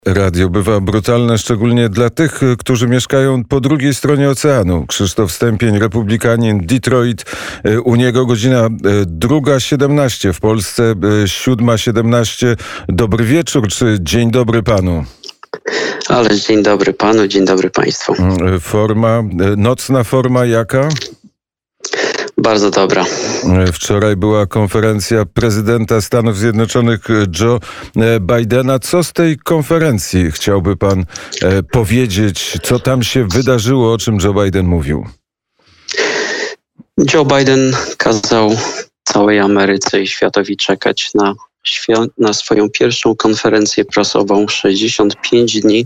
Radio bywa brutalne, szczególnie dla tych, którzy mieszkają po drugiej stronie oceanu. Krzysztof Stępień, republikanin, Detroit. U niego godzina 2:17, w Polsce 7:17. Dobry wieczór, czy dzień dobry panu? Ale dzień dobry panu, dzień dobry państwu. Nocna forma jaka? Bardzo dobra. Wczoraj była konferencja prezydenta Stanów Zjednoczonych Joe Bidena. Co z tej konferencji chciałby pan powiedzieć? Co tam się wydarzyło, o czym Joe Biden mówił? Joe Biden kazał całej Ameryce i światowi czekać na swoją pierwszą konferencję prasową 65 dni.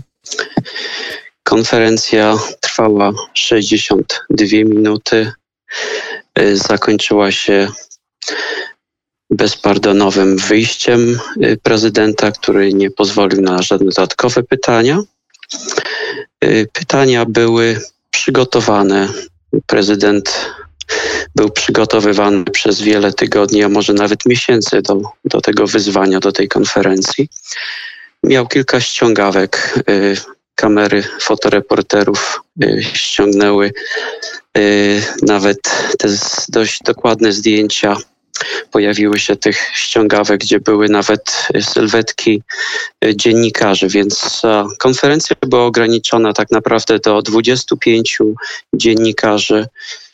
Konferencja trwała 62 minuty. Zakończyła się bezpardonowym wyjściem prezydenta, który nie pozwolił na żadne dodatkowe pytania. Pytania były przygotowane. Prezydent był przygotowywany przez wiele tygodni, a może nawet miesięcy do tego wyzwania, do tej konferencji. Miał kilka ściągawek. Kamery fotoreporterów ściągnęły nawet te dość dokładne zdjęcia. Pojawiły się tych ściągawek, gdzie były nawet sylwetki dziennikarzy, więc konferencja była ograniczona tak naprawdę do 25 dziennikarzy,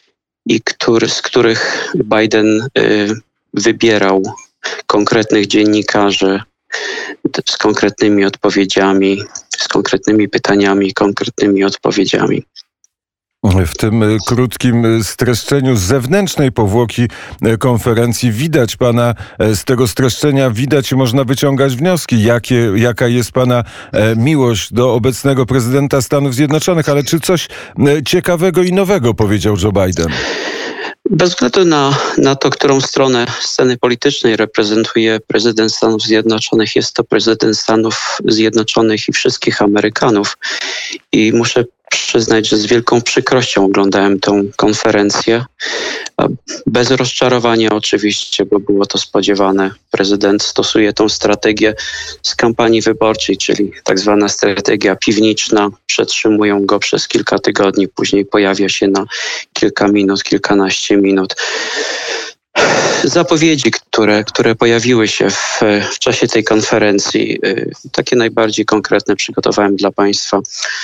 z których Biden wybierał konkretnych dziennikarzy z konkretnymi odpowiedziami, z konkretnymi pytaniami, konkretnymi odpowiedziami. W tym krótkim streszczeniu z zewnętrznej powłoki konferencji widać pana, z tego streszczenia widać i można wyciągać wnioski, jaka jest pana miłość do obecnego prezydenta Stanów Zjednoczonych, ale czy coś ciekawego i nowego powiedział Joe Biden? Bez względu na to, którą stronę sceny politycznej reprezentuje prezydent Stanów Zjednoczonych, jest to prezydent Stanów Zjednoczonych i wszystkich Amerykanów. I muszę przyznać, że z wielką przykrością oglądałem tę konferencję. Bez rozczarowania oczywiście, bo było to spodziewane. Prezydent stosuje tą strategię z kampanii wyborczej, czyli tak zwana strategia piwniczna. Przetrzymują go przez kilka tygodni, później pojawia się na kilka minut, kilkanaście minut. Zapowiedzi, które pojawiły się w czasie tej konferencji, takie najbardziej konkretne przygotowałem dla państwa.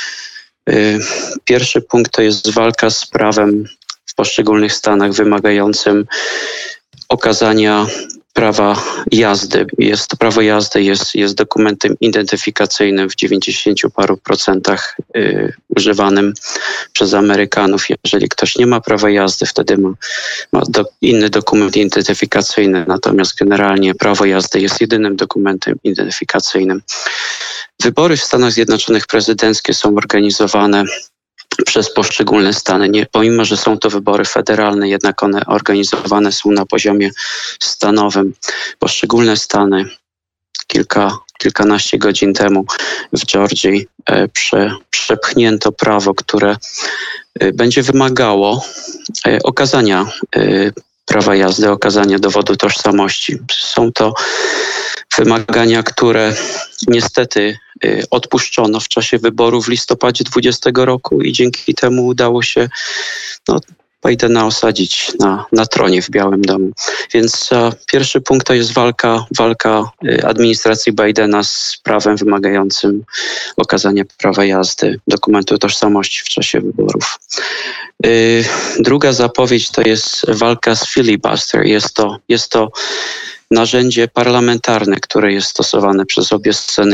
Pierwszy punkt to jest walka z prawem w poszczególnych stanach wymagającym okazania prawa jazdy. Prawo jazdy jest dokumentem identyfikacyjnym w 90 paru procentach używanym przez Amerykanów. Jeżeli ktoś nie ma prawa jazdy, wtedy ma inny dokument identyfikacyjny. Natomiast generalnie prawo jazdy jest jedynym dokumentem identyfikacyjnym. Wybory w Stanach Zjednoczonych prezydenckie są organizowane przez poszczególne stany. Pomimo, że są to wybory federalne, jednak one organizowane są na poziomie stanowym. Poszczególne stany kilkanaście godzin temu w Georgii przepchnięto prawo, które będzie wymagało okazania prawa jazdy, okazania dowodu tożsamości. Są to wymagania, które niestety odpuszczono w czasie wyborów w listopadzie 2020 roku i dzięki temu udało się Bidena osadzić na tronie w Białym Domu. Więc pierwszy punkt to jest walka administracji Bidena z prawem wymagającym okazania prawa jazdy, dokumentu tożsamości w czasie wyborów. Druga zapowiedź to jest walka z filibuster. Jest to narzędzie parlamentarne, które jest stosowane przez obie sceny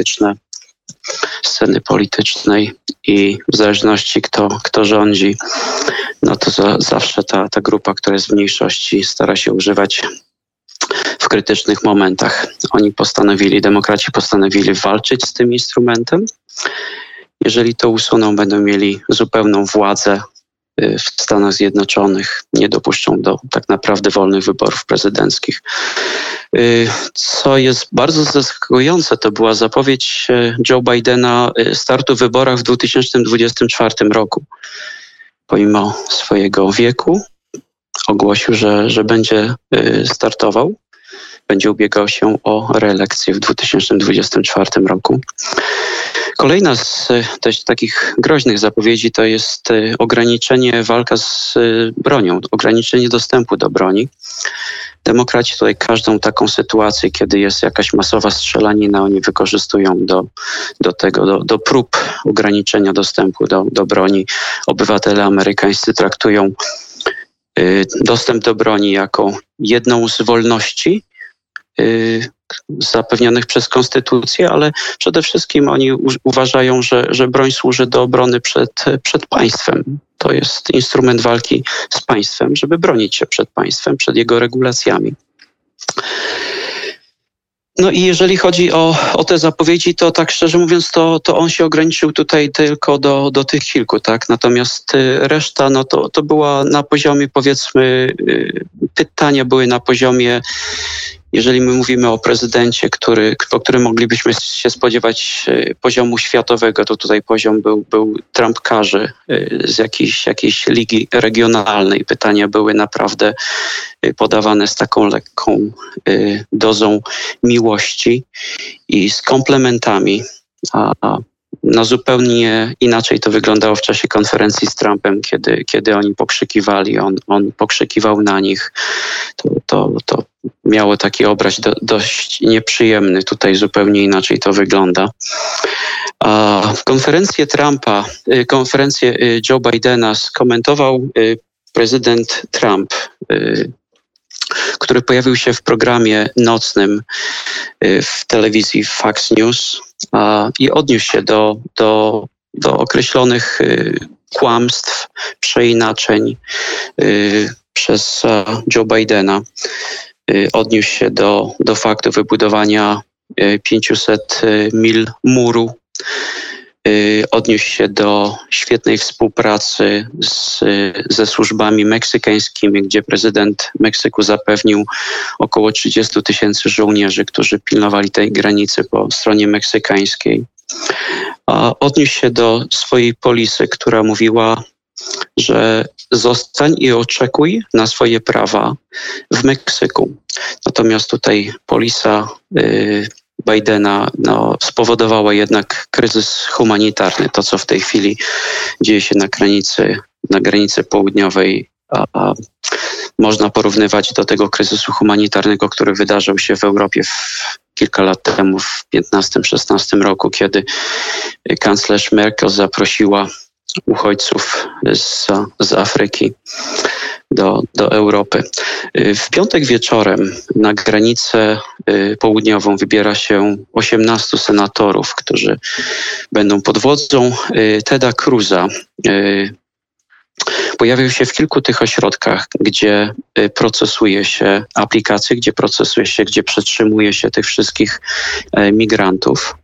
politycznej i w zależności kto rządzi, to zawsze ta grupa, która jest w mniejszości, stara się używać w krytycznych momentach. Demokraci postanowili walczyć z tym instrumentem. Jeżeli to usuną, będą mieli zupełną władzę w Stanach Zjednoczonych, nie dopuszczą do tak naprawdę wolnych wyborów prezydenckich. Co jest bardzo zaskakujące, to była zapowiedź Joe Bidena startu w wyborach w 2024 roku. Pomimo swojego wieku ogłosił, że będzie startował będzie ubiegał się o reelekcję w 2024 roku. Kolejna z też takich groźnych zapowiedzi to jest walka z bronią, ograniczenie dostępu do broni. Demokraci tutaj każdą taką sytuację, kiedy jest jakaś masowa strzelanina, oni wykorzystują do prób ograniczenia dostępu do broni. Obywatele amerykańscy traktują dostęp do broni jako jedną z wolności zapewnionych przez konstytucję, ale przede wszystkim oni uważają, że broń służy do obrony przed państwem. To jest instrument walki z państwem, żeby bronić się przed państwem, przed jego regulacjami. No i jeżeli chodzi o te zapowiedzi, to tak szczerze mówiąc, to on się ograniczył tutaj tylko do tych kilku, tak? Natomiast reszta, no to była na poziomie, powiedzmy, pytania były na poziomie, jeżeli my mówimy o prezydencie, po którym moglibyśmy się spodziewać poziomu światowego, to tutaj poziom był trampkarzy z jakiejś ligi regionalnej. Pytania były naprawdę podawane z taką lekką dozą miłości i z komplementami. No zupełnie inaczej to wyglądało w czasie konferencji z Trumpem, kiedy oni pokrzykiwali, on pokrzykiwał na nich. To miało taki obraz dość nieprzyjemny. Tutaj zupełnie inaczej to wygląda. A konferencję Joe Bidena skomentował prezydent Trump, który pojawił się w programie nocnym w telewizji Fox News i odniósł się do określonych kłamstw, przeinaczeń przez Joe Bidena. Odniósł się do faktu wybudowania 500 mil muru. Odniósł się do świetnej współpracy ze służbami meksykańskimi, gdzie prezydent Meksyku zapewnił około 30 000 żołnierzy, którzy pilnowali tej granicy po stronie meksykańskiej. Odniósł się do swojej polisy, która mówiła, że zostań i oczekuj na swoje prawa w Meksyku. Natomiast tutaj polisa Bidena spowodowała jednak kryzys humanitarny. To, co w tej chwili dzieje się na granicy południowej, można porównywać do tego kryzysu humanitarnego, który wydarzył się w Europie kilka lat temu, w 2015-2016 roku, kiedy kanclerz Merkel zaprosiła uchodźców z Afryki do Europy. W piątek wieczorem na granicę południową wybiera się 18 senatorów, którzy będą pod wodzą Teda Cruza. Pojawił się w kilku tych ośrodkach, gdzie procesuje się aplikacje, gdzie przetrzymuje się tych wszystkich migrantów.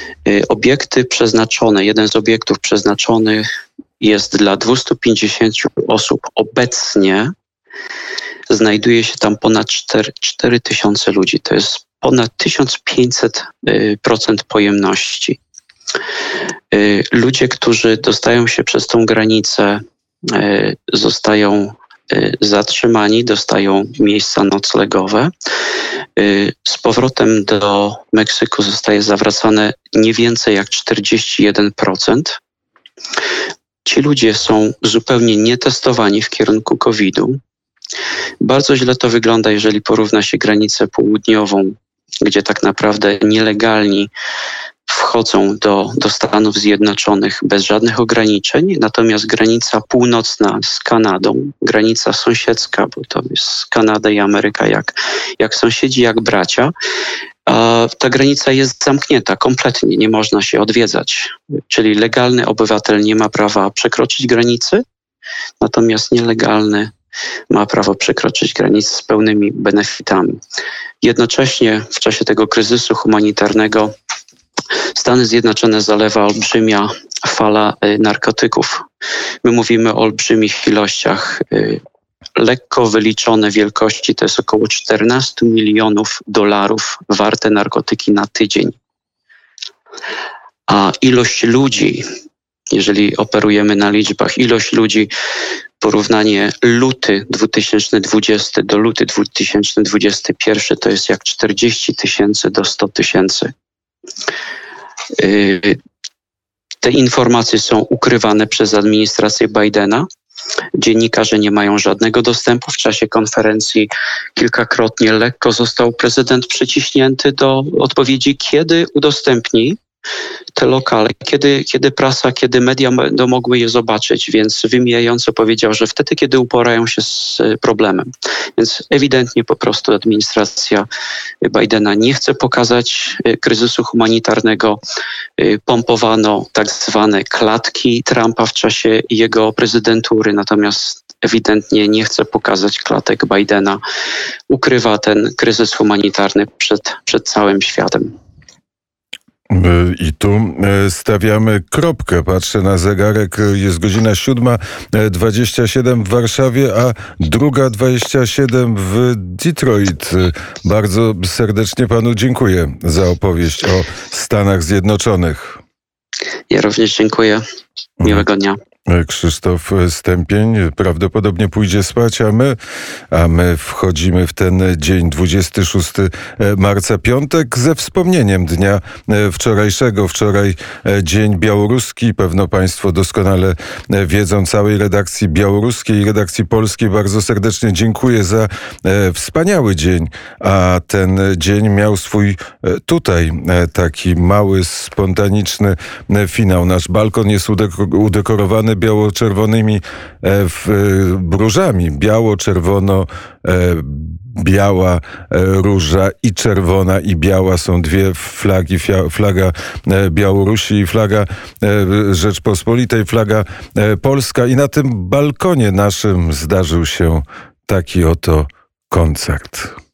Jeden z obiektów przeznaczony jest dla 250 osób. Obecnie znajduje się tam ponad 4 000 ludzi. To jest ponad 1500% pojemności. Ludzie, którzy dostają się przez tą granicę, zostają zatrzymani, dostają miejsca noclegowe. Z powrotem do Meksyku zostaje zawracane nie więcej jak 41%. Ci ludzie są zupełnie nietestowani w kierunku COVID-u. Bardzo źle to wygląda, jeżeli porówna się granicę południową, gdzie tak naprawdę nielegalni wchodzą do Stanów Zjednoczonych bez żadnych ograniczeń, natomiast granica północna z Kanadą, granica sąsiedzka, bo to jest Kanada i Ameryka jak sąsiedzi, jak bracia, ta granica jest zamknięta kompletnie, nie można się odwiedzać. Czyli legalny obywatel nie ma prawa przekroczyć granicy, natomiast nielegalny ma prawo przekroczyć granicę z pełnymi benefitami. Jednocześnie w czasie tego kryzysu humanitarnego Stany Zjednoczone zalewa olbrzymia fala narkotyków. My mówimy o olbrzymich ilościach. Lekko wyliczone wielkości to jest około $14 milionów warte narkotyki na tydzień. A ilość ludzi, jeżeli operujemy na liczbach, ilość ludzi porównanie luty 2020 do luty 2021 to jest jak 40 000 do 100 000. Te informacje są ukrywane przez administrację Bidena. Dziennikarze nie mają żadnego dostępu. W czasie konferencji kilkakrotnie lekko został prezydent przyciśnięty do odpowiedzi, kiedy udostępni te lokale, kiedy prasa, kiedy media będą mogły je zobaczyć, więc wymijająco powiedział, że wtedy, kiedy uporają się z problemem. Więc ewidentnie po prostu administracja Bidena nie chce pokazać kryzysu humanitarnego. Pompowano tak zwane klatki Trumpa w czasie jego prezydentury, natomiast ewidentnie nie chce pokazać klatek Bidena. Ukrywa ten kryzys humanitarny przed całym światem. I tu stawiamy kropkę. Patrzę na zegarek, jest godzina 7:27 w Warszawie, a 2:27 w Detroit. Bardzo serdecznie panu dziękuję za opowieść o Stanach Zjednoczonych. Ja również dziękuję. Miłego dnia. Krzysztof Stępień prawdopodobnie pójdzie spać, a my wchodzimy w ten dzień 26 marca, piątek, ze wspomnieniem dnia wczorajszego. Wczoraj dzień białoruski. Pewno państwo doskonale wiedzą, całej redakcji białoruskiej i redakcji polskiej bardzo serdecznie dziękuję za wspaniały dzień. A ten dzień miał swój tutaj taki mały, spontaniczny finał. Nasz balkon jest udekorowany biało-czerwonymi różami. Biało-czerwono, biała róża i czerwona i biała są dwie flagi. Flaga Białorusi i flaga Rzeczpospolitej, flaga polska. I na tym balkonie naszym zdarzył się taki oto koncert.